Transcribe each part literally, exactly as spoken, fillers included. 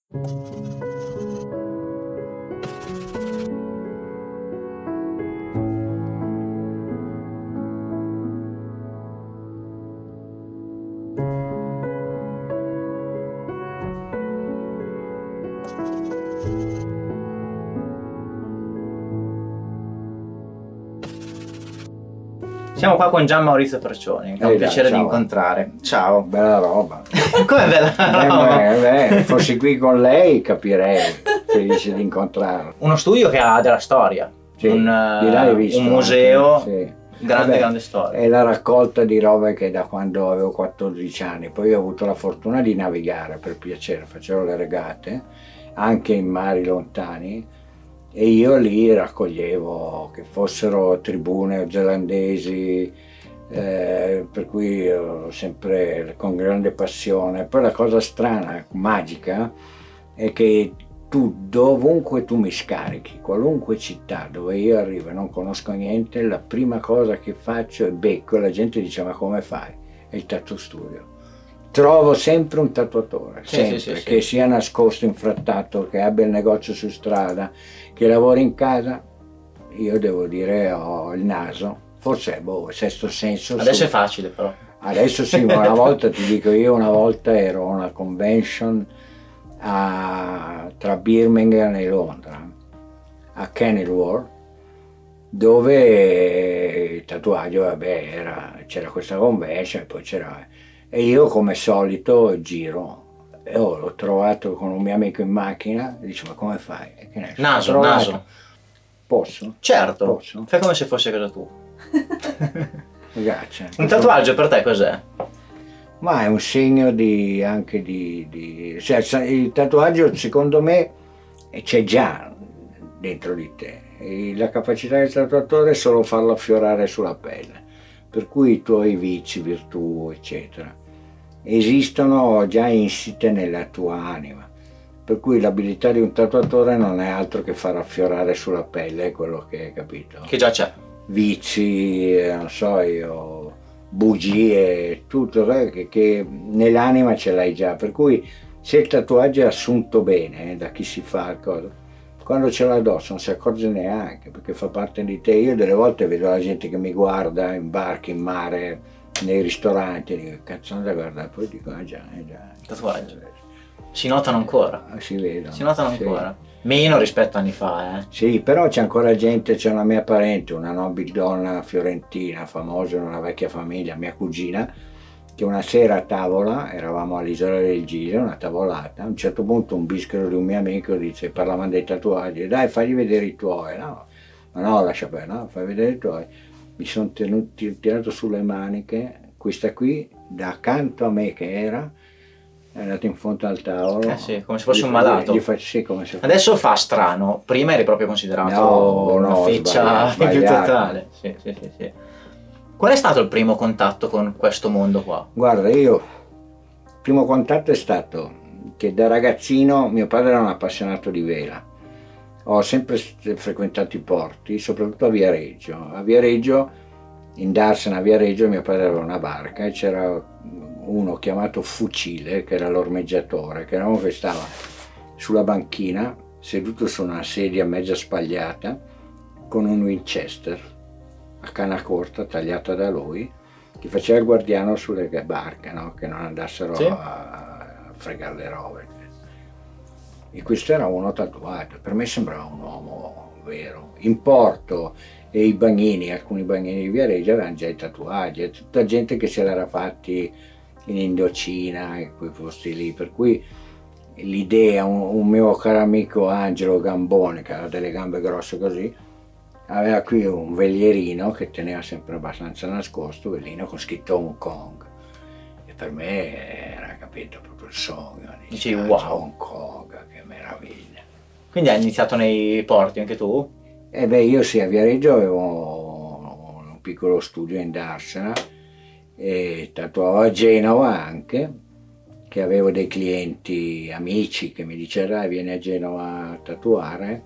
Siamo qua con Gian Maurizio Fercioni, che è un Eh, piacere ciao. di incontrare. Ciao. Bella roba. Come bella Eh, roba? beh, beh, fossi qui con lei capirei, felice di incontrarla. Uno studio che ha della storia, Sì, un, di là hai visto un museo, anche, sì. grande, Vabbè, grande storia. È la raccolta di robe che da quando avevo quattordici anni, poi ho avuto la fortuna di navigare per piacere, facevo le regate anche in mari lontani e io lì raccoglievo che fossero tribune neozelandesi, eh, per cui ho sempre con grande passione. Poi la cosa strana, magica, è che tu dovunque tu mi scarichi, qualunque città dove io arrivo e non conosco niente, la prima cosa che faccio è becco e la gente dice ma come fai? È il tattoo studio. Trovo sempre un tatuatore, Sì, sempre, sì, sì, che sì. sia nascosto, infrattato, che abbia il negozio su strada, che lavori in casa. Io devo dire ho il naso, forse boh, sesto senso. Adesso su- è facile però. Adesso sì, ma una volta ti dico, io una volta ero a una convention a- tra Birmingham e Londra, a Kenilworth, dove il tatuaggio, vabbè, era, c'era questa convention e poi c'era... E io come solito giro, e oh, l'ho trovato con un mio amico in macchina, e dice ma come fai? E che ne so, Naso, l'ho trovato. naso. Posso? Certo, Posso? fai come se fosse casa tua. Grazie. Un tatuaggio per te cos'è? Ma è un segno di, anche di, di cioè, sa- il tatuaggio secondo me c'è già dentro di te, e la capacità del tatuatore è solo farlo affiorare sulla pelle, per cui i tuoi vizi, virtù, eccetera, esistono già insite nella tua anima, per cui l'abilità di un tatuatore non è altro che far affiorare sulla pelle quello che hai capito. Che già c'è. Vizi, eh, non so io, bugie, tutto eh, che, che nell'anima ce l'hai già, per cui se il tatuaggio è assunto bene eh, da chi si fa il coso, quando ce l'ha addosso non si accorge neanche perché fa parte di te. Io delle volte vedo la gente che mi guarda in barca, in mare, nei ristoranti, dico cazzo non da guardare, poi dico ah già, eh già. Tatuaggio. Si notano ancora. Ah, si vedono. Si notano sì. ancora. Meno rispetto a anni fa, eh. Sì, però c'è ancora gente, c'è una mia parente, una nobildonna fiorentina, famosa in una vecchia famiglia, mia cugina, che una sera a tavola, eravamo all'isola del Giglio, una tavolata, a un certo punto un bischero di un mio amico dice, parlavano dei tatuaggi, dai fagli vedere i tuoi, no, ma no, lascia perdere, no, fai vedere i tuoi. Mi sono tenuti, tirato sulle maniche, questa qui, da accanto a me che era, è andato in fondo al tavolo. Eh sì, come se fosse Gli un fa- malato. Gli faccio sì, come se fosse. Adesso fa strano, prima eri proprio considerato No, una no, feccia sbagliato, più sbagliato. totale. Sì, sì, sì, sì. Qual è stato il primo contatto con questo mondo qua? Guarda, io, il primo contatto è stato che da ragazzino mio padre era un appassionato di vela. Ho sempre s- frequentato i porti, soprattutto a Viareggio. A Viareggio, in Darsena a Viareggio, mio padre aveva una barca e c'era uno chiamato Fucile, che era l'ormeggiatore, che era uno che stava sulla banchina, seduto su una sedia mezza spagliata, con un Winchester a canna corta tagliata da lui, che faceva il guardiano sulle barche, no? Che non andassero Sì. a, a fregare le robe. E questo era uno tatuato, per me sembrava un uomo vero. In porto e i bagnini, alcuni bagnini di Viareggio avevano già i tatuaggi, è tutta gente che se l'era fatti in Indocina, in quei posti lì, per cui l'idea, un, un mio caro amico Angelo Gambone, che aveva delle gambe grosse così, aveva qui un veglierino che teneva sempre abbastanza nascosto, velino con scritto Hong Kong, e per me era, capito, proprio il sogno. Dici, ah, wow. Hong Kong, che meraviglia. Quindi hai iniziato nei porti anche tu? E beh, io sì, a Viareggio avevo un piccolo studio in Darsena e tatuavo a Genova anche, che avevo dei clienti amici che mi dicevano dai vieni a Genova a tatuare,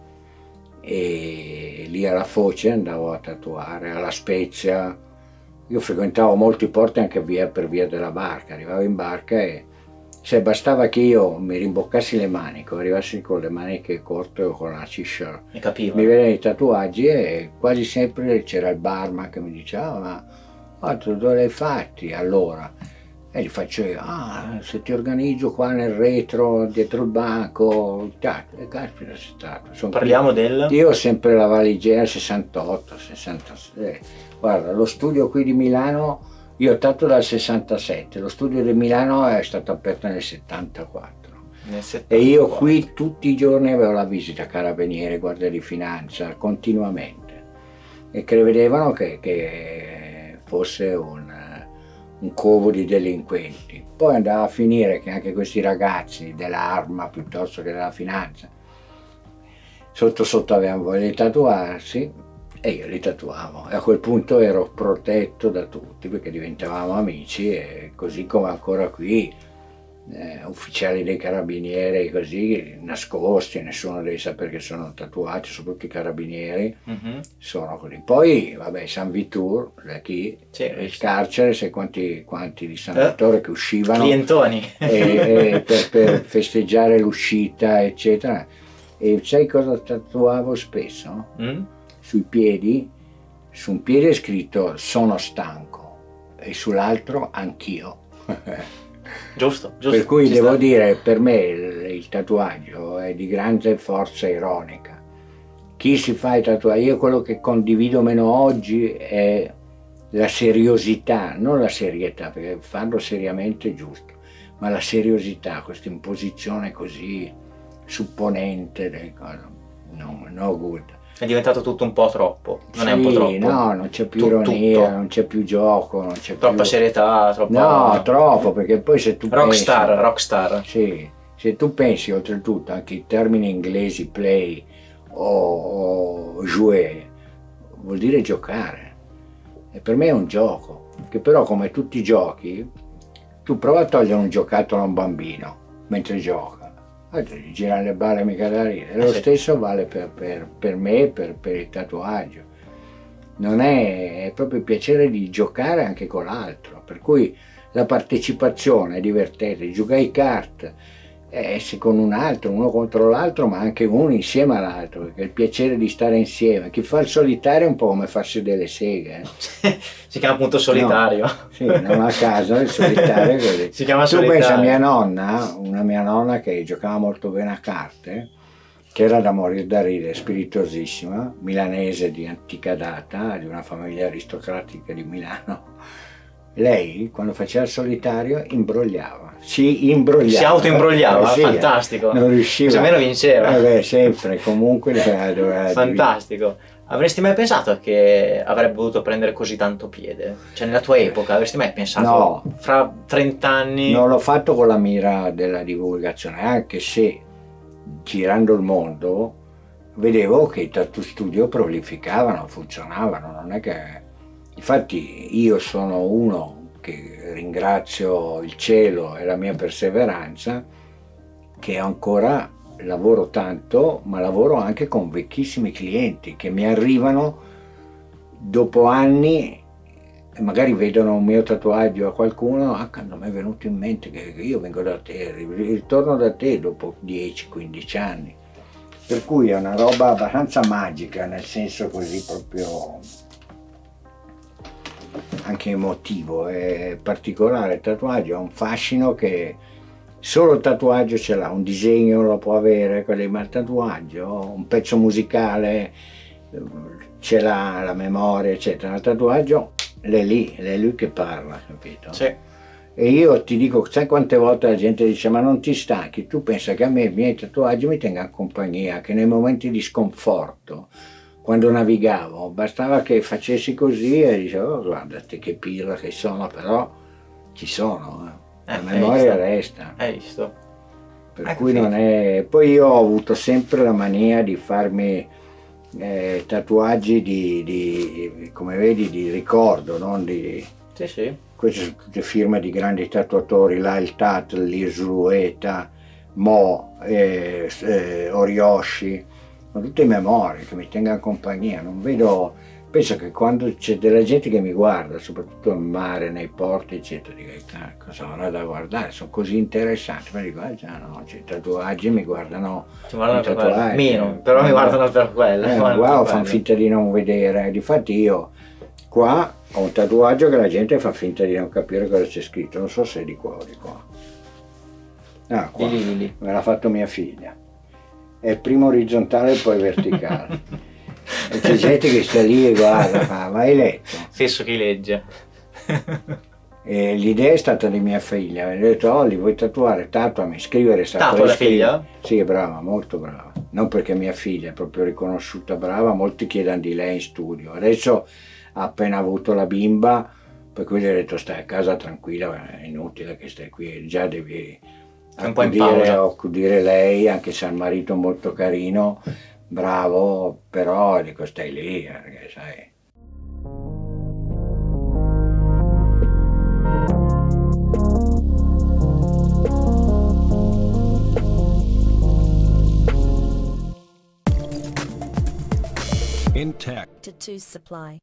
e lì alla Foce andavo a tatuare, alla Spezia. Io frequentavo molti porti anche via per via della barca, arrivavo in barca e Se bastava che io mi rimboccassi le maniche, arrivassi con le maniche corte o con la t-shirt, Mi capivo. mi vedevano i tatuaggi e quasi sempre c'era il barman che mi diceva: ma oh, tu dove l'hai fatti allora? E gli faccio io: ah, se ti organizzo qua nel retro, dietro il banco, e caspita sei stato. Sono Parliamo qui. del... Io ho sempre la valigera sessantotto, sessantasei. Guarda, lo studio qui di Milano, io ho tanto dal sessantasette, lo studio di Milano è stato aperto nel settantaquattro. Nel settantaquattro. E io qui tutti i giorni avevo la visita carabinieri, guardia di finanza, continuamente. E credevano che, che fosse un, un covo di delinquenti. Poi andava a finire che anche questi ragazzi dell'arma piuttosto che della finanza, sotto sotto avevano voglia di tatuarsi, e io li tatuavo, e a quel punto ero protetto da tutti perché diventavamo amici, e così come ancora qui eh, ufficiali dei carabinieri così nascosti, nessuno deve sapere che sono tatuati, soprattutto i carabinieri. Mm-hmm. Sono così. Poi vabbè, San Vittore, da chi, sì, il carcere, sai quanti, quanti di San Vittore eh, che uscivano clientoni e, e per, per festeggiare l'uscita eccetera. E sai cosa tatuavo spesso? Mm? Sui piedi, su un piede è scritto sono stanco e sull'altro anch'io. Giusto, giusto. Per cui Ci devo sta. dire, per me il, il tatuaggio è di grande forza ironica. Chi si fa i tatuaggi, io quello che condivido meno oggi è la seriosità, non la serietà, perché farlo seriamente è giusto, ma la seriosità, questa imposizione così supponente, no, no good. È diventato tutto un po' troppo, non sì, è un po' troppo? No, non c'è più tu, ironia, tutto. Non c'è più gioco, non c'è troppa più... serietà, troppa... No, troppo, perché poi se tu rockstar, pensi... rockstar. Sì, se tu pensi oltretutto anche i termini inglesi play o, o jouer, vuol dire giocare. E per me è un gioco, che però come tutti i giochi, tu prova a togliere un giocattolo a un bambino mentre gioca. Girare le balle mica da ridere. Lo stesso vale per, per, per me, per, per il tatuaggio. Non è, è proprio il piacere di giocare anche con l'altro, per cui la partecipazione è divertente, giocare ai kart eh, se con un altro, uno contro l'altro, ma anche uno insieme all'altro, perché è il piacere di stare insieme. Chi fa il solitario è un po' come farsi delle seghe. Eh. Si chiama appunto solitario. No, sì, non a caso il solitario. Così. Si chiama tu solitario. pensa a mia nonna, una mia nonna che giocava molto bene a carte, che era da morire da ridere, spiritosissima, milanese di antica data, di una famiglia aristocratica di Milano. Lei, quando faceva il solitario, imbrogliava, si imbrogliava. Si autoimbrogliava, eh, sì, fantastico. Non riusciva. Cioè, almeno vinceva. Eh beh, sempre, comunque doveva... Fantastico. Avresti mai pensato che avrebbe potuto prendere così tanto piede? Cioè, nella tua epoca, avresti mai pensato, no, fra trent'anni... Non l'ho fatto con la mira della divulgazione, anche se, girando il mondo, vedevo che i tattoo studio prolificavano, funzionavano, non è che... Infatti io sono uno che ringrazio il cielo e la mia perseveranza, che ancora lavoro tanto, ma lavoro anche con vecchissimi clienti che mi arrivano dopo anni e magari vedono un mio tatuaggio a qualcuno, ah, quando mi è venuto in mente che io vengo da te, ritorno da te dopo dieci quindici anni. Per cui è una roba abbastanza magica, nel senso così proprio... anche emotivo, è particolare. Il tatuaggio ha un fascino che solo il tatuaggio ce l'ha, un disegno lo può avere, ma il tatuaggio, un pezzo musicale ce l'ha, la memoria eccetera. Il tatuaggio è lì, è lui che parla, capito? Sì. E io ti dico, sai quante volte la gente dice ma non ti stanchi? Tu pensa che a me i miei tatuaggi mi tengano compagnia, che nei momenti di sconforto, quando navigavo, bastava che facessi così e dicevo, oh, guardate che pirla che sono, però ci sono, eh. La eh, memoria resta. Hai visto? Per ecco cui sì. non è... Poi io ho avuto sempre la mania di farmi eh, tatuaggi di, di, come vedi, di ricordo, non di... Sì, sì. Queste sono tutte firme di grandi tatuatori, là il Tat, l'Isrueta, Mo, eh, eh, Oriyoshi. Sono tutte memorie che mi tengano compagnia, non vedo penso che quando c'è della gente che mi guarda, soprattutto in mare, nei porti, eccetera, dico, "Ah, cosa avrà da guardare? Sono così interessanti." Ma dico, ah già no, c'è i tatuaggi, mi guardano Ci guardano i per quello. tatuaggi. Meno, però mi guardano per quello. Eh, mi guardano wow, per fanno quello. finta di non vedere. Difatti io qua ho un tatuaggio che la gente fa finta di non capire cosa c'è scritto, non so se è di qua o di qua. Ah, qua. Di lì, di lì. Me l'ha fatto mia figlia. È prima orizzontale e poi verticale. E c'è gente che sta lì e guarda, fa, ma hai letto? Stesso chi legge. E l'idea è stata di mia figlia, mi ha detto, oh, li vuoi tatuare? Tatuami, scrivere sta Tatua la figlia? Sì, è brava, molto brava. Non perché mia figlia è proprio riconosciuta brava, molti chiedono di lei in studio. Adesso ha appena avuto la bimba, per cui gli ho detto stai a casa tranquilla, è inutile che stai qui, già devi un po' in accudire, pausa. accudire lei, anche se ha un marito molto carino, bravo, però dico stai lì, perché sai. Intact. Tattoo Supply.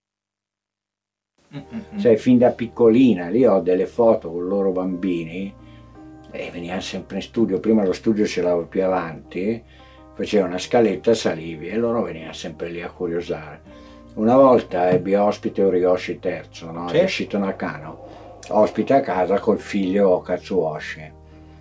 Mm-mm. Sai, fin da piccolina, lì ho delle foto con i loro bambini e veniva sempre in studio, prima lo studio ce l'avevo più avanti, faceva una scaletta, salivi e loro venivano sempre lì a curiosare. Una volta ebbi ospite Oriyoshi terzo, no? Sì. Yoshito Nakano, ospite a casa col figlio Katsuoshi.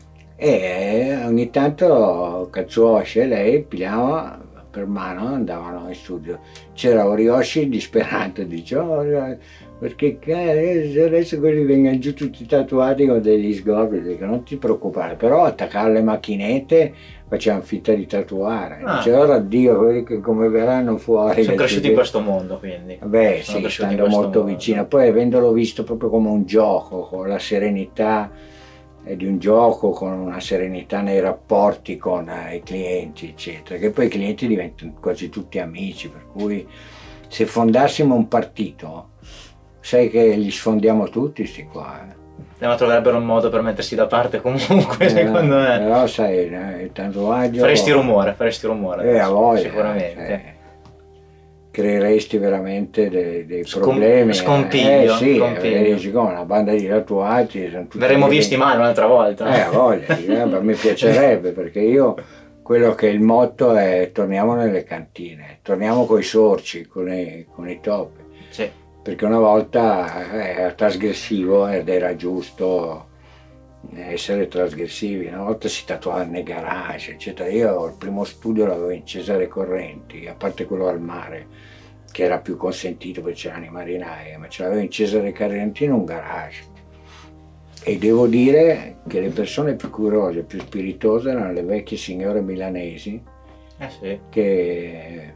E ogni tanto Katsuoshi e lei pigliavano per mano, andavano in studio. C'era Oriyoshi disperato, dice, oh, perché adesso quelli vengono giù tutti tatuati con degli sgorbi, dico, non ti preoccupare, però attaccare le macchinette facevano finta di tatuare. Ah. Dice, ora Dio, quelli che come verranno fuori. Sono che cresciuti ti- in questo mondo, quindi. Beh, Sono sì, cresciuti in stando questo molto mondo. vicino. Poi avendolo visto proprio come un gioco, con la serenità eh, di un gioco, con una serenità nei rapporti con eh, i clienti, eccetera, che poi i clienti diventano quasi tutti amici, per cui se fondassimo un partito, sai che li sfondiamo tutti sti qua. eh. Ma troverebbero un modo per mettersi da parte comunque, Eh, secondo me. Però sai, eh, il tatuaggio... Faresti rumore, faresti rumore. Eh, a adesso, voglia, sicuramente. eh. Creeresti veramente dei, dei Scom- problemi. scompiglio, Eh sì, scompiglio. eh, siccome una banda di tatuati sono tutti Verremo lì- visti male un'altra volta. Eh, a voglia, eh, ma mi piacerebbe perché io, quello che è il motto è torniamo nelle cantine, torniamo coi sorci, con i, con i topi, Sì. perché una volta eh, era trasgressivo ed era giusto essere trasgressivi, una volta si tatuava nei garage, eccetera. Io il primo studio l'avevo in Cesare Correnti, a parte quello al mare, che era più consentito perché c'erano i marinai, ma ce l'avevo in Cesare Correnti in un garage. E devo dire che le persone più curiose, più spiritose erano le vecchie signore milanesi, Eh sì. che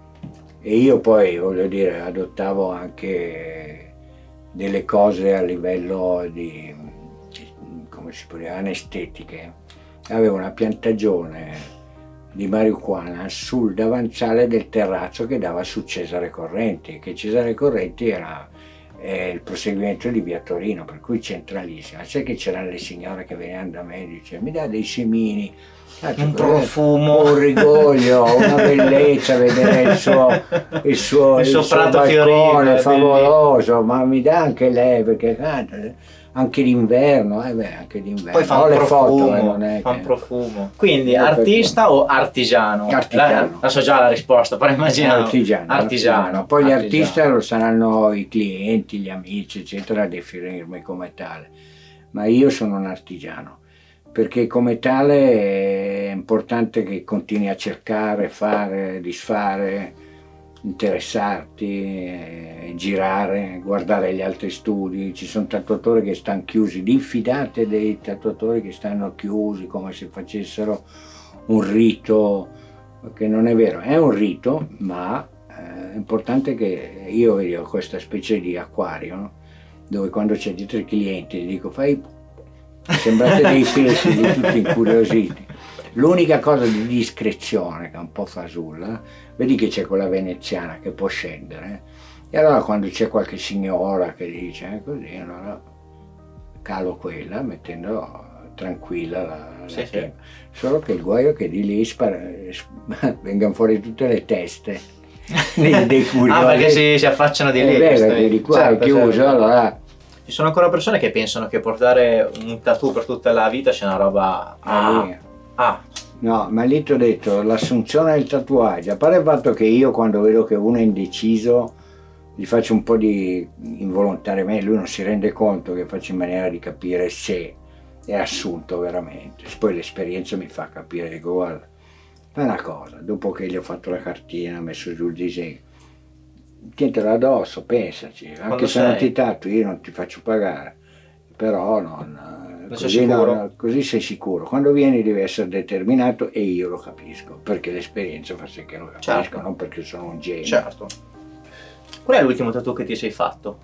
e io poi voglio dire adottavo anche delle cose a livello di, di come si può dire, anestetiche. Avevo una piantagione di marijuana sul davanzale del terrazzo che dava su Cesare Correnti, che Cesare Correnti era eh, il proseguimento di via Torino, per cui centralissima. Sai che c'erano le signore che venivano da me e dicevano mi dà dei semini. Ah, Un quello- profumo. un rigoglio, una bellezza vedere il suo, il suo, Il suo prato balcone fiorito, favoloso, ma mi dà anche lei perché canta, anche d'inverno, eh beh, anche d'inverno. Poi fa Ho un le profumo, foto, eh, non è fa un che- profumo. Quindi No, perché- artista o artigiano? Artigiano. La, la so già la risposta, però immaginiamo. Artigiano, Artigiano. Poi gli artigiano. artisti lo saranno i clienti, gli amici, eccetera, a definirmi come tale. Ma io sono un artigiano, perché come tale è importante che continui a cercare, fare, disfare, interessarti, eh, girare, guardare gli altri studi. Ci sono tatuatori che stanno chiusi, diffidate dei tatuatori che stanno chiusi come se facessero un rito, che non è vero, è un rito, ma eh, è importante che io vedo questa specie di acquario, no? Dove quando c'è dietro i clienti gli dico fai, sembrate dei pesci lì tutti incuriositi. L'unica cosa di discrezione che è un po' fasulla, vedi che c'è quella veneziana che può scendere, e allora quando c'è qualche signora che dice eh, così, allora calo quella mettendo tranquilla la, la Sì, sì. tipa. Solo che il guaio è che di lì spara, vengano fuori tutte le teste dei, dei curiosi. Ah, perché si, si affacciano di lì. È vero, che di qua certo, è chiuso, certo. allora... Ci sono ancora persone che pensano che portare un tattoo per tutta la vita sia una roba... Ah, lì. ah. No, ma lì ti ho detto, l'assunzione del tatuaggio, a parte il fatto che io quando vedo che uno è indeciso, gli faccio un po' di involontariamente, lui non si rende conto che faccio in maniera di capire se è assunto veramente. Poi l'esperienza mi fa capire, dico guarda, fai una cosa, dopo che gli ho fatto la cartina, ho messo giù il disegno, tientelo addosso, pensaci, anche Quando se sei? non ti tatu io non ti faccio pagare, però non... Così, no, così sei sicuro. Quando vieni devi essere determinato e io lo capisco, perché l'esperienza fa sì che lo capisco, certo. Non perché sono un genio. Certo. Qual è l'ultimo tattoo che ti sei fatto?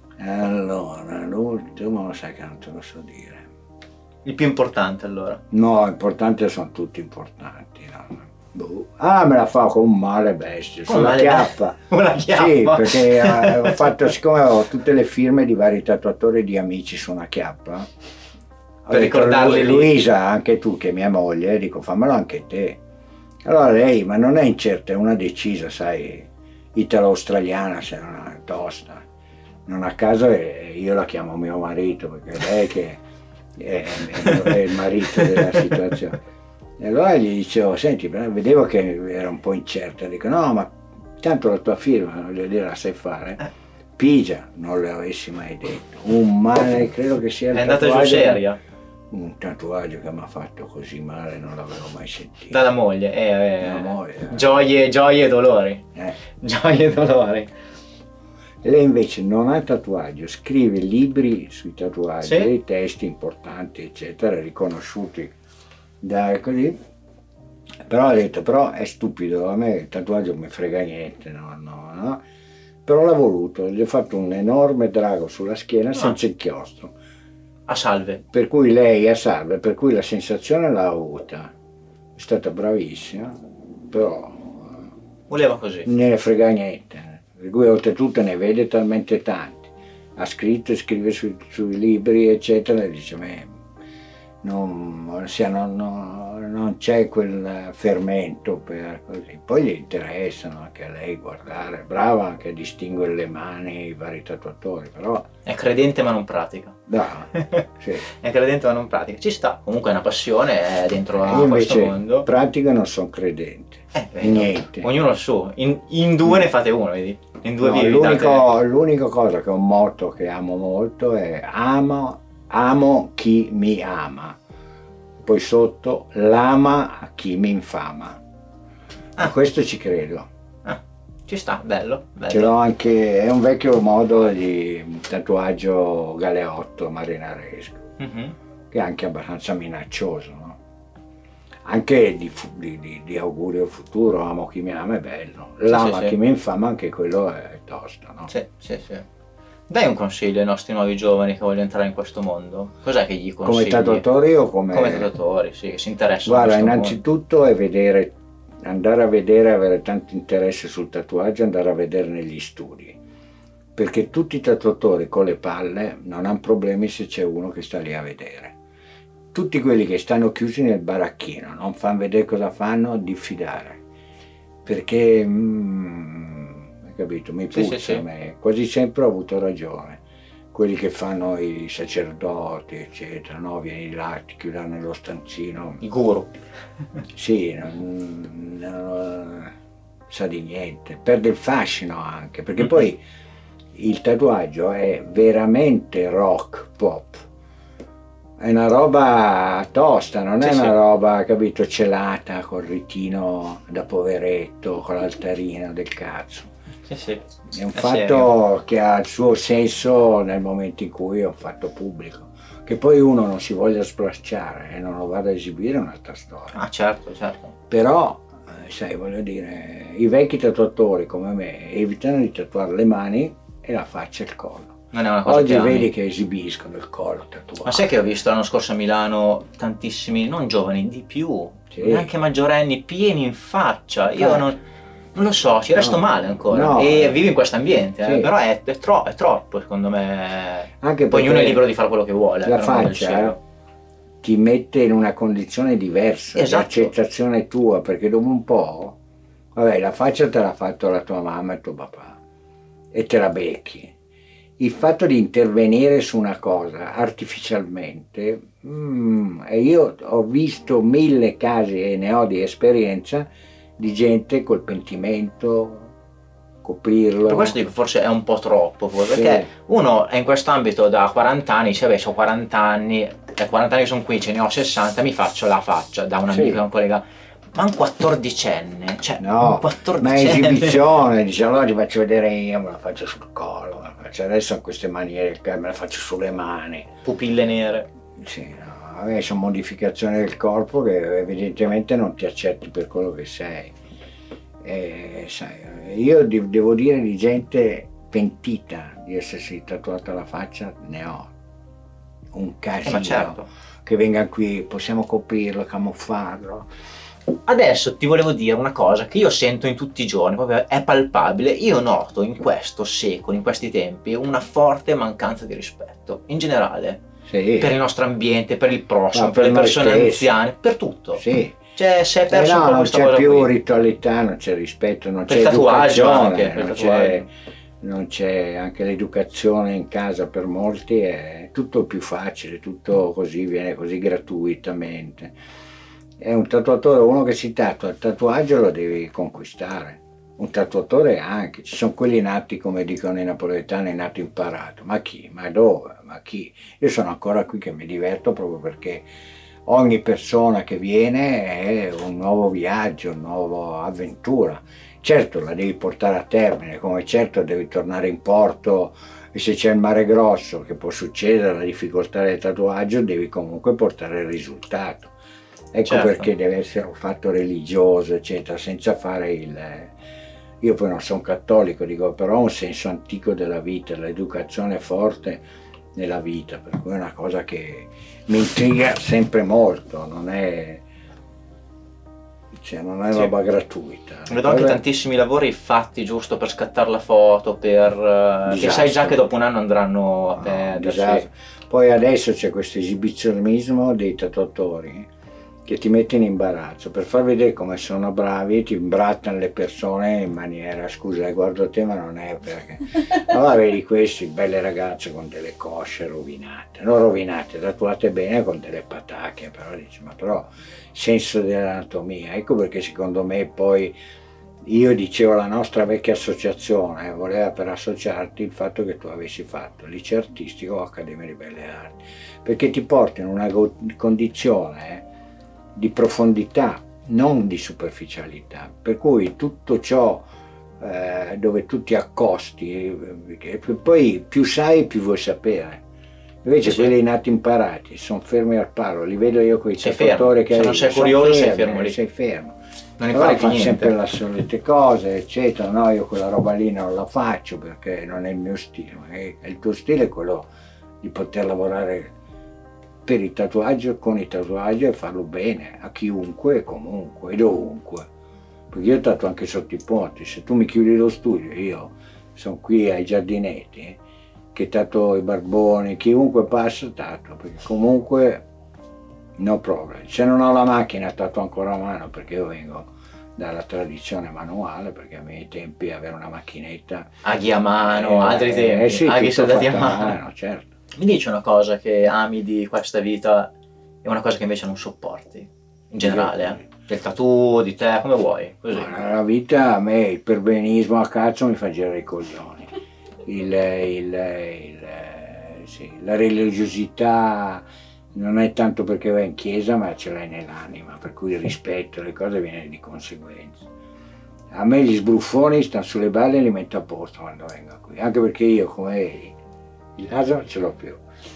Allora, l'ultimo lo sai che non te lo so dire. Il più importante allora? No, importanti sono tutti importanti. No? Boh. Ah, me la fa con un male bestia, sulla male chiappa. Una chiappa? Sì, perché eh, ho fatto, siccome ho tutte le firme di vari tatuatori di amici su una chiappa, per ricordarli Lu- Luisa, anche tu che è mia moglie, dico fammelo anche te. Allora lei, ma non è incerta, è una decisa, sai, italo-australiana, se non è tosta. Non a caso è, io la chiamo mio marito, perché è lei che è, è, è il marito della situazione. E allora gli dicevo, senti, vedevo che era un po' incerta, dico no, ma tanto la tua firma, voglio dire, la sai fare. Pigia, non le avessi mai detto. Un male, credo che sia il È andata giù tatuaggio- seria? Un tatuaggio che mi ha fatto così male non l'avevo mai sentito. Dalla moglie, eh, eh, Dalla moglie. Gioie, gioie e dolori. Eh. Gioie e dolori. Lei invece non ha tatuaggio, scrive libri sui tatuaggi, Sì. dei testi importanti, eccetera, riconosciuti da così. Però ha detto, però è stupido, a me il tatuaggio non mi frega niente, no, no, no. Però l'ha voluto, gli ho fatto un enorme drago sulla schiena Ah. senza inchiostro. A salve. Per cui lei a salve, per cui la sensazione l'ha avuta. È stata bravissima, però Voleva così. non ne frega niente. Per cui oltretutto ne vede talmente tanti. Ha scritto e scrive sui, sui libri, eccetera, e dice, me, non, ossia, non, non, non c'è quel fermento per così. Poi gli interessano anche a lei guardare, brava anche a distinguere le mani, i vari tatuatori, però È credente ma non pratica. brava, sì. È credente ma non pratica. Ci sta, comunque è una passione, è dentro a Io questo invece mondo. pratica non sono credente, Eh, vedo. niente. Ognuno il suo. In, in due ne fate uno, vedi? In due No, vi l'unico, evitate- l'unica cosa che è un motto che amo molto è amo, amo chi mi ama, poi sotto l'ama chi mi infama. Ah. A questo ci credo. Ah, ci sta, bello, bello. Ce l'ho anche, è un vecchio modo di tatuaggio galeotto marinaresco, Mhm. che è anche abbastanza minaccioso, no? Anche di, fu- di, di, di augurio futuro, amo chi mi ama è bello, l'ama sì, sì. chi mi infama anche quello è tosto, no? Sì, sì, sì. Dai un consiglio ai nostri nuovi giovani che vogliono entrare in questo mondo. Cos'è che gli Come consigli? tatuatori o come... Come tatuatori, sì, che si interessano Guarda, a questo innanzitutto è vedere, andare a vedere, avere tanto interesse sul tatuaggio, andare a vedere negli studi. Perché tutti i tatuatori con le palle non hanno problemi se c'è uno che sta lì a vedere. Tutti quelli che stanno chiusi nel baracchino, non fanno vedere cosa fanno, diffidare. Perché, mm, hai capito, mi Sì, puzza sì, sì. a me. Quasi sempre ho avuto ragione. Quelli che fanno i sacerdoti, eccetera, no? Vieni là, ti chiudono nello stanzino. mondo. I guru. Sì, non, non sa di niente, perde il fascino anche, perché Mhm. poi il tatuaggio è veramente rock pop, è una roba tosta, non è Sì, una sì. roba, capito, celata col ritino da poveretto, con l'altarino del cazzo. Sì, sì. È un È fatto serio. che ha il suo senso nel momento in cui è un fatto pubblico. Che poi uno non si voglia splacciare e non lo vada a esibire è un'altra storia. Ah, certo, certo. Però, eh, sai, voglio dire, i vecchi tatuatori come me evitano di tatuare le mani e la faccia e il collo. Non è una cosa Oggi che ami. vedi che esibiscono il collo tatuato. Ma sai che ho visto l'anno scorso a Milano tantissimi, non giovani, di più, Sì. neanche maggiorenni, pieni in faccia. Io Infatti. non, non lo so, ci resto No. male ancora. No. E vivo in questo ambiente, eh, Sì. però è, è, tro- è troppo secondo me. Anche Poi ognuno è perché libero di fare quello che vuole. la per amor del faccia cielo. ti mette in una condizione diversa, Esatto. di accettazione tua, perché dopo un po' Vabbè, la faccia te l'ha fatto la tua mamma e tuo papà e te la becchi. Il fatto di intervenire su una cosa artificialmente, mm, e io ho visto mille casi e ne ho di esperienza di gente col pentimento, coprirlo. Per questo dico forse è un po' troppo, perché sì. Uno è in quest'ambito da quaranta anni, dice vabbè ho quaranta anni, da quaranta anni sono qui, ce ne ho sessanta, mi faccio la faccia da un amico e sì. Un collega. Ma un quattordicenne, cioè no, un quattordicenne. Ma è esibizione, dice allora ti faccio vedere io, me la faccio sul collo, me la faccio adesso in queste maniere, me la faccio sulle mani. Pupille nere. Sì, no, vabbè, sono modificazioni del corpo che evidentemente non ti accetti per quello che sei. E, sai, io devo dire di gente pentita di essersi tatuata la faccia, ne ho un casino. Eh, certo. Che venga qui, possiamo coprirlo, camuffarlo. Adesso ti volevo dire una cosa che io sento in tutti i giorni, proprio è palpabile. Io noto in questo secolo, in questi tempi, una forte mancanza di rispetto, in generale, sì. Per il nostro ambiente, per il prossimo, per, per le persone stessi. Anziane, per tutto. Sì. Cioè, si è perso eh no, un po' non c'è più qui. Ritualità, non c'è rispetto, non per c'è educazione, anche, non, c'è, non c'è anche l'educazione in casa per molti, è tutto più facile, tutto così, viene così gratuitamente. È un tatuatore, uno che si tatua, il tatuaggio lo devi conquistare. Un tatuatore anche, ci sono quelli nati, come dicono i napoletani, nati imparato. Ma chi? Ma dove? Ma chi? Io sono ancora qui che mi diverto proprio perché ogni persona che viene è un nuovo viaggio, una nuova avventura. Certo la devi portare a termine, come certo devi tornare in porto e se c'è il mare grosso, che può succedere, la difficoltà del tatuaggio, devi comunque portare il risultato. Ecco certo. Perché deve essere un fatto religioso, eccetera, senza fare il... Io poi non sono cattolico, dico, però ho un senso antico della vita, l'educazione forte nella vita, per cui è una cosa che mi intriga sempre molto, non è... Cioè, non è sì. Roba gratuita. Vedo anche tantissimi lavori fatti giusto per scattare la foto, per... Disastro. Che sai già che dopo un anno andranno a perdersi. No, poi adesso c'è questo esibizionismo dei tatuatori che ti mette in imbarazzo, per far vedere come sono bravi ti imbrattano le persone in maniera, scusa guardo te ma non è perché, allora vedi questi belle ragazze con delle cosce rovinate, non rovinate, tatuate bene con delle patacche, però dici ma però senso dell'anatomia, ecco perché secondo me poi io dicevo la nostra vecchia associazione eh, voleva per associarti il fatto che tu avessi fatto liceo artistico o Accademia di Belle Arti, perché ti porta in una condizione eh, di profondità, non di superficialità, per cui tutto ciò eh, dove tu ti accosti, eh, poi più sai più vuoi sapere. Invece sì, quelli sì. Nati imparati sono fermi al palo, li vedo io con i tatuatori che se non sei curioso sei fermo lì. Sei fermo. Non ne allora fanno sempre le solite cose, eccetera. No, io quella roba lì non la faccio perché non è il mio stile. Il tuo stile è quello di poter lavorare per il tatuaggio, con il tatuaggio e farlo bene a chiunque e comunque e dovunque, perché io tatuo anche sotto i ponti. Se tu mi chiudi lo studio, io sono qui ai giardinetti che tatuo i barboni, chiunque passa tatuo, perché comunque no problem. Se non ho la macchina tatuo ancora a mano perché io vengo dalla tradizione manuale, perché a miei tempi avere una macchinetta aghi a mano, eh, altri tempi, eh sì, aghi soldati a mano, mano, certo. Mi dici una cosa che ami di questa vita e una cosa che invece non sopporti, in generale, eh? Del tattoo, di te, come vuoi, così. La vita, a me il perbenismo a cazzo mi fa girare i coglioni, il, il, il, sì, la religiosità non è tanto perché vai in chiesa ma ce l'hai nell'anima, per cui il rispetto, le cose viene di conseguenza. A me gli sbruffoni stanno sulle balle e li metto a posto quando vengo qui, anche perché io come vedi il naso non ce l'ho più,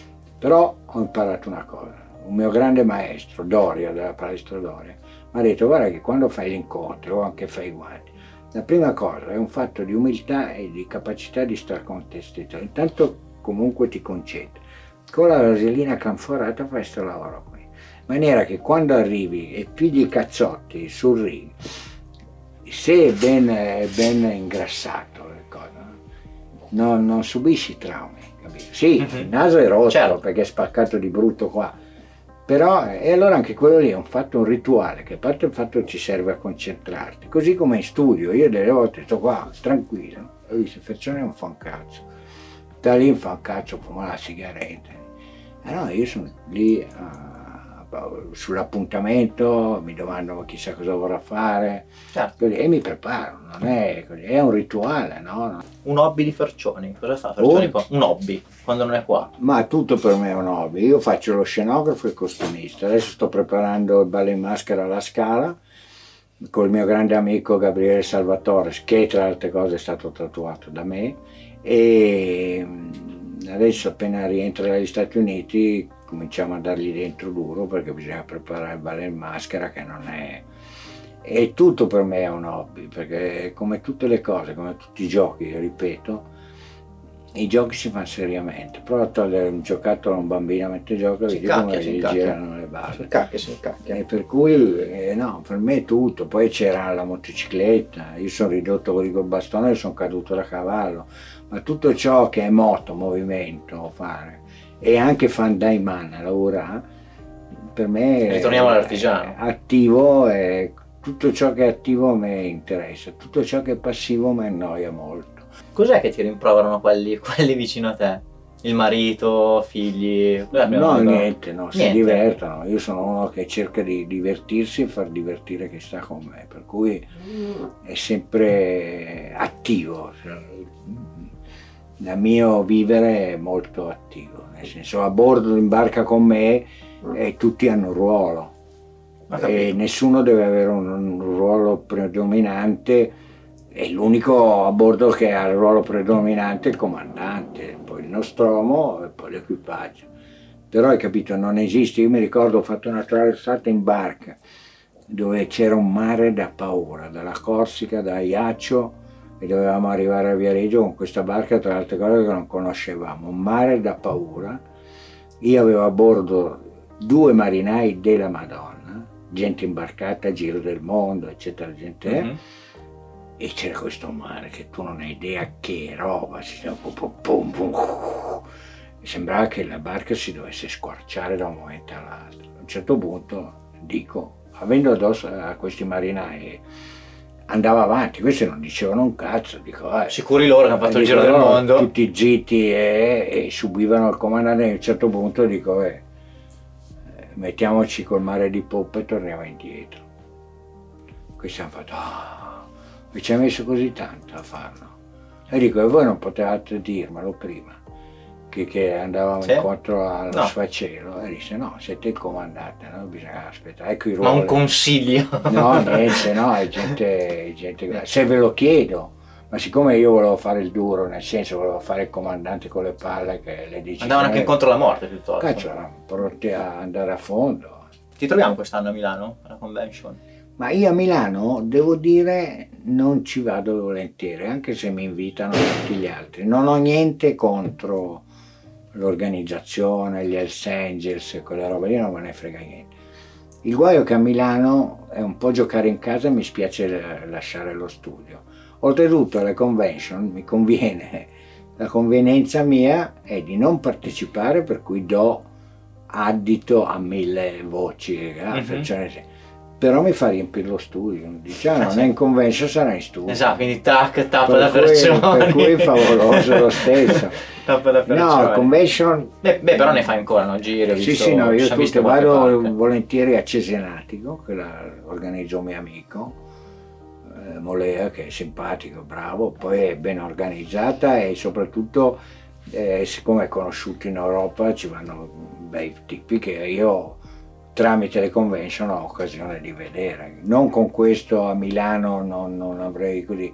però ho imparato una cosa. Un mio grande maestro, Doria, della palestra Doria, mi ha detto guarda che quando fai l'incontro o anche fai i guanti, la prima cosa è un fatto di umiltà e di capacità di stare con te stesso. Intanto comunque ti concentri. Con la vasellina canforata fai questo lavoro qui, in maniera che quando arrivi e pigli i cazzotti sul ring, se è ben, è ben ingrassato, non, non subisci traumi. Sì, uh-huh. Il naso è rotto certo. Perché è spaccato di brutto qua, Però, e allora anche quello lì è un fatto, un rituale, che a parte il fatto che ci serve a concentrarti, così come in studio, io delle volte sto qua tranquillo, e dice Fercione non fa un cazzo, sta lì fa un cazzo, fuma la sigaretta, e no, io sono lì a sull'appuntamento, mi domando chissà cosa vorrà fare, certo. E mi preparo, non è così, è un rituale, no? Un hobby di Fercioni, cosa fa Fercioni? Oh. Un hobby, quando non è qua? Ma tutto per me è un hobby, io faccio lo scenografo e il costumista, adesso sto preparando il ballo in maschera alla Scala, col mio grande amico Gabriele Salvatore, che tra le altre cose è stato tatuato da me, e adesso appena rientra dagli Stati Uniti cominciamo a dargli dentro duro, perché bisogna preparare il ballo in maschera, che non è... E tutto per me è un hobby, perché come tutte le cose, come tutti i giochi, ripeto, i giochi si fanno seriamente. Prova a togliere un giocattolo a un bambino mentre gioca, vedi come gli girano le balle. Si cacchia, si cacchia. E per cui, eh, no, per me è tutto. Poi c'era la motocicletta, io sono ridotto così col bastone e sono caduto da cavallo. Ma tutto ciò che è moto, movimento, fare, e anche fandaiman, lavorare, per me ritorniamo all'artigiano. È attivo, e tutto ciò che è attivo a me interessa, tutto ciò che è passivo mi annoia molto. Cos'è che ti rimproverano quelli, quelli vicino a te? Il marito, figli? No, niente, no, si niente. divertono. Io sono uno che cerca di divertirsi e far divertire chi sta con me, per cui è sempre attivo. Il mio vivere è molto attivo, nel senso, a bordo in barca con me e tutti hanno un ruolo e nessuno deve avere un, un ruolo predominante, e l'unico a bordo che ha il ruolo predominante è il comandante, poi il nostromo e poi l'equipaggio. Però hai capito, non esiste. Io mi ricordo ho fatto una traversata in barca dove c'era un mare da paura, dalla Corsica, da Ajaccio, e dovevamo arrivare a Viareggio con questa barca, tra le altre cose che non conoscevamo, un mare da paura. Io avevo a bordo due marinai della Madonna, gente imbarcata a giro del mondo, eccetera, gente, mm-hmm. E c'era questo mare che tu non hai idea che roba, si stava pum, pum, pum, pum. Sembrava che la barca si dovesse squarciare da un momento all'altro. A un certo punto dico, avendo addosso a questi marinai, andava avanti, questi non dicevano un cazzo, dico, eh, sicuri loro che hanno fatto il giro del mondo, tutti zitti e, e subivano il comandante. A un certo punto dico, eh, mettiamoci col mare di poppa e torniamo indietro. Questi hanno fatto, oh, e ci ha messo così tanto a farlo. E dico, e voi non potevate dirmelo prima, che, che andavamo sì? incontro allo no. sfacelo? E disse, no, siete il comandante, no? Bisogna aspettare. Ecco i ruoli. Ma un consiglio? No, niente, no, è gente, è gente, se ve lo chiedo, ma siccome io volevo fare il duro, nel senso volevo fare il comandante con le palle, che le decisioni... Andavano anche incontro alla morte piuttosto. Cazzo, erano pronti a andare a fondo. Ti troviamo quest'anno a Milano, alla convention? Ma io a Milano, devo dire, non ci vado volentieri, anche se mi invitano tutti gli altri. Non ho niente contro l'organizzazione, gli Hells Angels e quelle robe lì, non me ne frega niente. Il guaio è che a Milano è un po' giocare in casa e mi spiace lasciare lo studio. Oltretutto alle convention mi conviene, la convenienza mia è di non partecipare, per cui do addito a mille voci, mm-hmm. cioè, però mi fa riempire lo studio, dice ah, non sì. è in convention, sarà in studio. Esatto, quindi tac, tappa da Fercioni. Per cui è favoloso lo stesso. Tappa da Fercioni. No, convention... Beh, beh, però ne fai ancora, no? Giri, sì, visto, sì, no, io tutto, vado parte. volentieri a Cesenatico, che la organizza un mio amico, eh, Molea, che è simpatico, bravo, poi è ben organizzata e soprattutto, eh, siccome è conosciuto in Europa, ci vanno bei tipi che io... tramite le convention ho occasione di vedere. Non con questo a Milano non, non avrei così,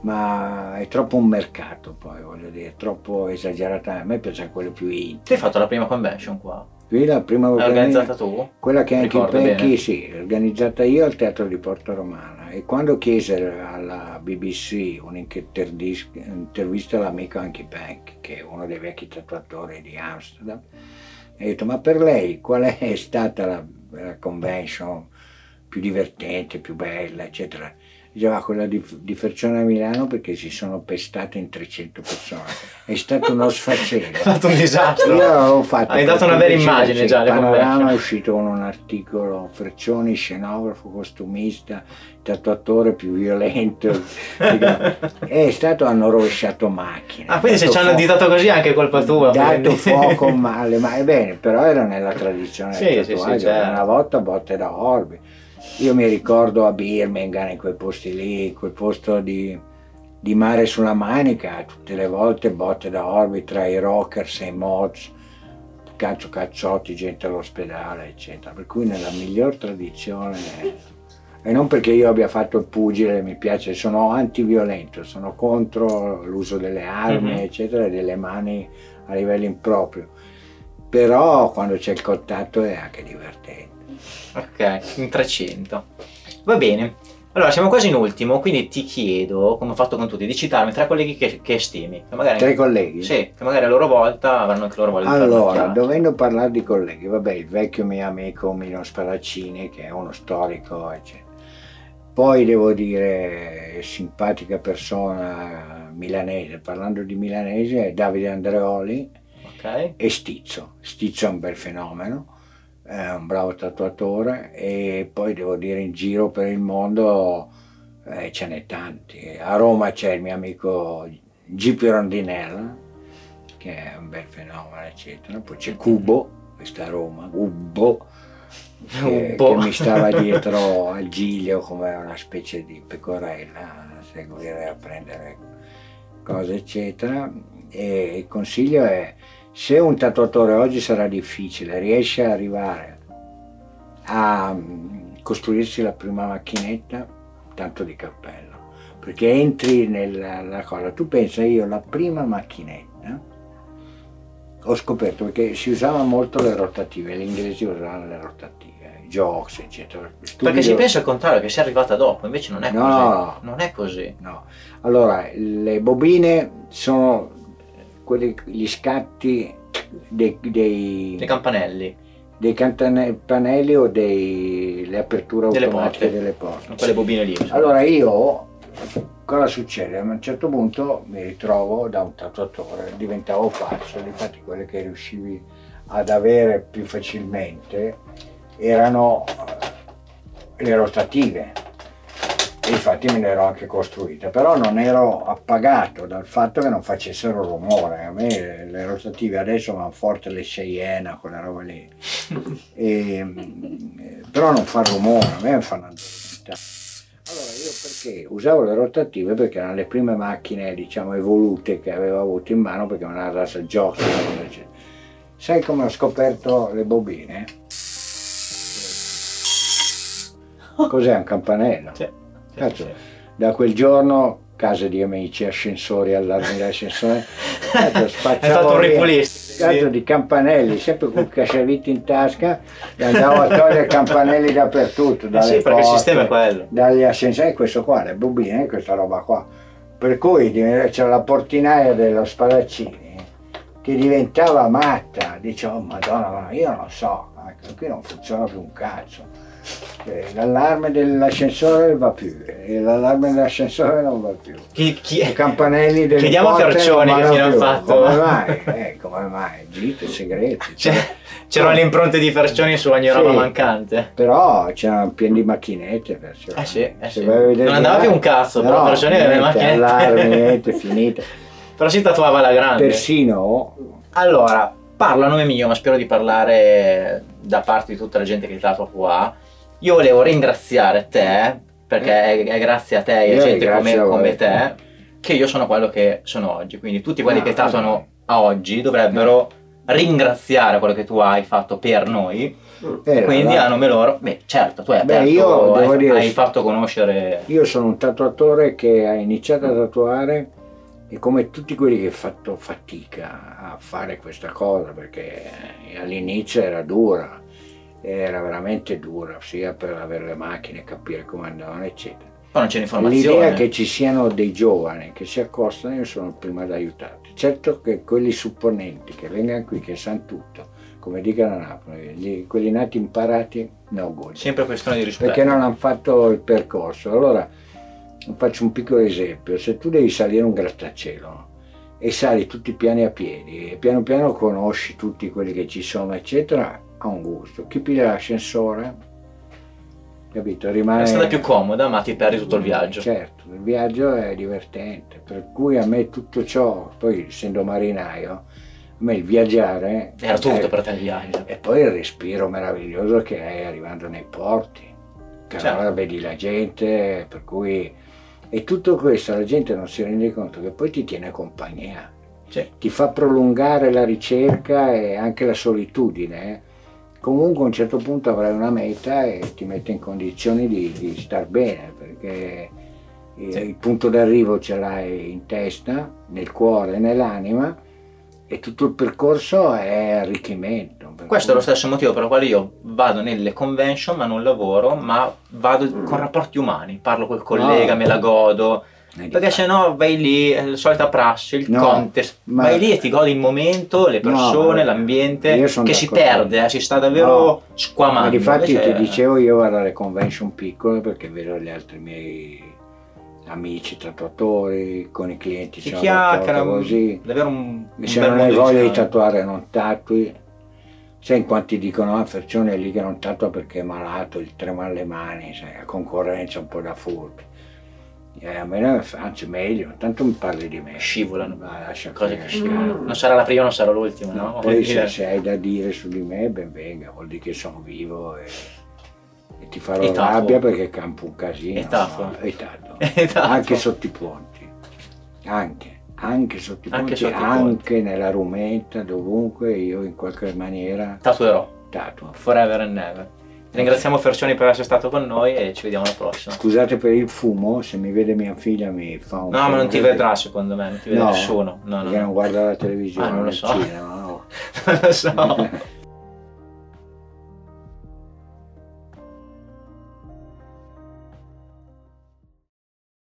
ma è troppo un mercato, poi voglio dire, troppo esagerato. A me piacciono quelle più intime. Ti hai fatto la prima convention qua? Qui la prima L'hai organizzata tu? Quella che anche in Pecchi, sì, organizzata io al Teatro di Porta Romana. E quando chiese alla B B C un'intervista all'amico Anki Pank, che è uno dei vecchi tatuatori di Amsterdam, e ho detto, ma per lei qual è stata la, la convention più più divertente, più bella, eccetera. Diceva quella di, di Fercione a Milano perché si sono pestate in trecento persone, è stato uno sfacelo, è stato un disastro. Io l'avevo fatto, hai dato una bella immagine già. Il Panorama è uscito con un articolo: Fercioni, scenografo, costumista, tatuatore più violento. È stato, hanno rovesciato macchine. Ah, quindi se ci hanno additato così è anche colpa tua. Dato fuoco male, ma è bene, però era nella tradizione sì, del sì, tatuaggio, sì, certo. Una volta botte da orbi. Io mi ricordo a Birmingham, in quei posti lì, quel posto di, di mare sulla Manica, tutte le volte botte da orbi tra i rockers e i mods, cazzo cazzotti, gente all'ospedale, eccetera. Per cui nella miglior tradizione, e non perché io abbia fatto il pugile, mi piace, sono antiviolento, sono contro l'uso delle armi, mm-hmm. eccetera, e delle mani a livello improprio. Però quando c'è il contatto è anche divertente. Ok, in trecento. Va bene. Allora, siamo quasi in ultimo, quindi ti chiedo, come ho fatto con tutti, di citarmi tre colleghi che, che stimi. Che magari, tre colleghi? Sì, che magari a loro volta avranno anche loro voglia di fare. Allora, dovendo parlare di colleghi, vabbè, il vecchio mio amico Mino Spadaccini, che è uno storico, eccetera. Poi devo dire, simpatica persona milanese, parlando di milanese, è Davide Andreoli, okay. E Stizzo. Stizzo è un bel fenomeno. È un bravo tatuatore, e poi devo dire in giro per il mondo eh, ce n'è tanti. A Roma c'è il mio amico G P Rondinella, che è un bel fenomeno, eccetera. Poi c'è Cubo, questo a Roma, Ubbo, che, che mi stava dietro al Giglio come una specie di pecorella a seguire, a prendere cose, eccetera. E il consiglio è: se un tatuatore oggi sarà difficile, riesce ad arrivare a costruirsi la prima macchinetta, tanto di cappello, perché entri nella, nella cosa. Tu pensa, io la prima macchinetta ho scoperto, perché si usava molto le rotative, gli inglesi usavano le rotative, i Jocks, eccetera. Stupido. Perché si pensa al contrario, che sia arrivata dopo, invece non è no, così. Non è così. No. Allora, le bobine sono quelli, gli scatti dei, dei, dei campanelli dei campanelli o delle aperture delle automatiche porte. delle porte, quelle bobine lì. Allora io, cosa succede? A un certo punto mi ritrovo da un tatuatore, diventavo pazzo, infatti quelle che riuscivi ad avere più facilmente erano le rotative. E infatti me ne ero anche costruita, però non ero appagato dal fatto che non facessero rumore. A me le, le rotative adesso vanno forte, le Cheyenne, quella roba lì, e, però non fa rumore, a me fanno addormentare. Allora io perché usavo le rotative? Perché erano le prime macchine, diciamo, evolute che avevo avuto in mano, perché me ne era dato il gioco. Sai come ho scoperto le bobine? Cos'è un campanello? Sì. Cazzo, da quel giorno, case di amici, ascensori, allarmi dell'ascensore, cazzo, spacciavo via, cazzo di campanelli, sempre con il cacciavite in tasca, e andavo a togliere campanelli dappertutto, dalle sì, perché porte, il sistema è quello, dagli ascensori, questo qua, le bobine, questa roba qua. Per cui c'era la portinaia dello Spadaccini che diventava matta, dicevo, oh, madonna, ma io non so, qui non funziona più un cazzo. L'allarme dell'ascensore va più, e l'allarme dell'ascensore non va più. Chi, chi... I campanelli del chiediamo a Fercioni che fine hanno fatto. Come mai? Eh, come mai? Gite segreti. Cioè, c'erano le impronte di Fercioni su ogni roba sì, mancante. Però c'erano pieni di macchinette. Perciò. Eh sì, eh sì. Non andava più un cazzo, no, però Fercioni aveva le macchinette. Allarme, niente, finite. Però si tatuava alla grande. Persino. Allora, parlo a nome mio, ma spero di parlare da parte di tutta la gente che tatua qua. Io volevo ringraziare te, perché è, è grazie a te e a gente come, come te che io sono quello che sono oggi. Quindi tutti quelli no, che tatuano no. a oggi dovrebbero no. ringraziare quello che tu hai fatto per noi. Eh, quindi a nome loro, beh certo, tu hai, beh, aperto, io hai, dire, hai fatto conoscere. Io sono un tatuatore che ha iniziato a tatuare, e come tutti quelli che hanno fatto fatica a fare questa cosa, perché all'inizio era dura. Era veramente dura, sia per avere le macchine, capire come andavano, eccetera. Poi non c'è informazione. L'idea che ci siano dei giovani che si accostano, io sono il primo ad aiutarli. Certo che quelli supponenti che vengano qui, che sanno tutto, come dicono a Napoli, gli, quelli nati imparati no good. Sempre questione di rispetto. Perché non hanno fatto il percorso. Allora, faccio un piccolo esempio, se tu devi salire un grattacielo e sali tutti i piani a piedi e piano piano conosci tutti quelli che ci sono eccetera, ha un gusto. Chi piglia l'ascensore, capito, rimane... È stata più comoda ma ti perdi tutto il viaggio. Certo, il viaggio è divertente, per cui a me tutto ciò, poi essendo marinaio, a me il viaggiare... Era tutto è, per te il viaggio. E poi il respiro meraviglioso che hai arrivando nei porti, che certo. Allora vedi la gente, per cui... E tutto questo la gente non si rende conto che poi ti tiene compagnia, sì. Ti fa prolungare la ricerca e anche la solitudine. Eh? Comunque a un certo punto avrai una meta e ti mette in condizioni di, di star bene, perché sì. Il punto d'arrivo ce l'hai in testa, nel cuore e nell'anima, e tutto il percorso è arricchimento. Questo è lo stesso motivo per il quale io vado nelle convention ma non lavoro, ma vado mm. con rapporti umani, parlo col collega, no. Me la godo, perché se no vai lì, è la solita prassi, il no, contest, vai lì e ti godi il momento, le persone, no, l'ambiente, che d'accordo. Si perde, eh, si sta davvero no. squamando. Ma difatti invece... ti dicevo, io vado alle convention piccole perché vedo gli altri miei amici tatuatori, con i clienti si chiacchiera così, davvero un, un se non hai voglia di tatuare non tatui. Sai in quanti dicono ah Fercione è lì che non tatua perché è malato, il trema alle mani, sai, la concorrenza un po' da furbi. E a me non faccio meglio, tanto mi parli di me. Scivolano, ma lascia cose che scivolano. Non sarà la prima, non sarà l'ultima, no? no? Poi se, se hai da dire su di me, ben venga, vuol dire che sono vivo e, e ti farò rabbia perché campo un casino. E tato. No? E tato. Anche sotto i ponti, anche. Anche sotto i ponti, anche, anche nella rumenta, dovunque io in qualche maniera tatuerò. Tatuo. Forever and never. Ringraziamo Fercioni per essere stato con noi e ci vediamo alla prossima. Scusate per il fumo, se mi vede mia figlia mi fa un... No, ma non ti vedrà secondo me, non ti vede no, nessuno. No, perché no. non guarda la televisione. Ah, non lo so. Cinema, no. Non lo so.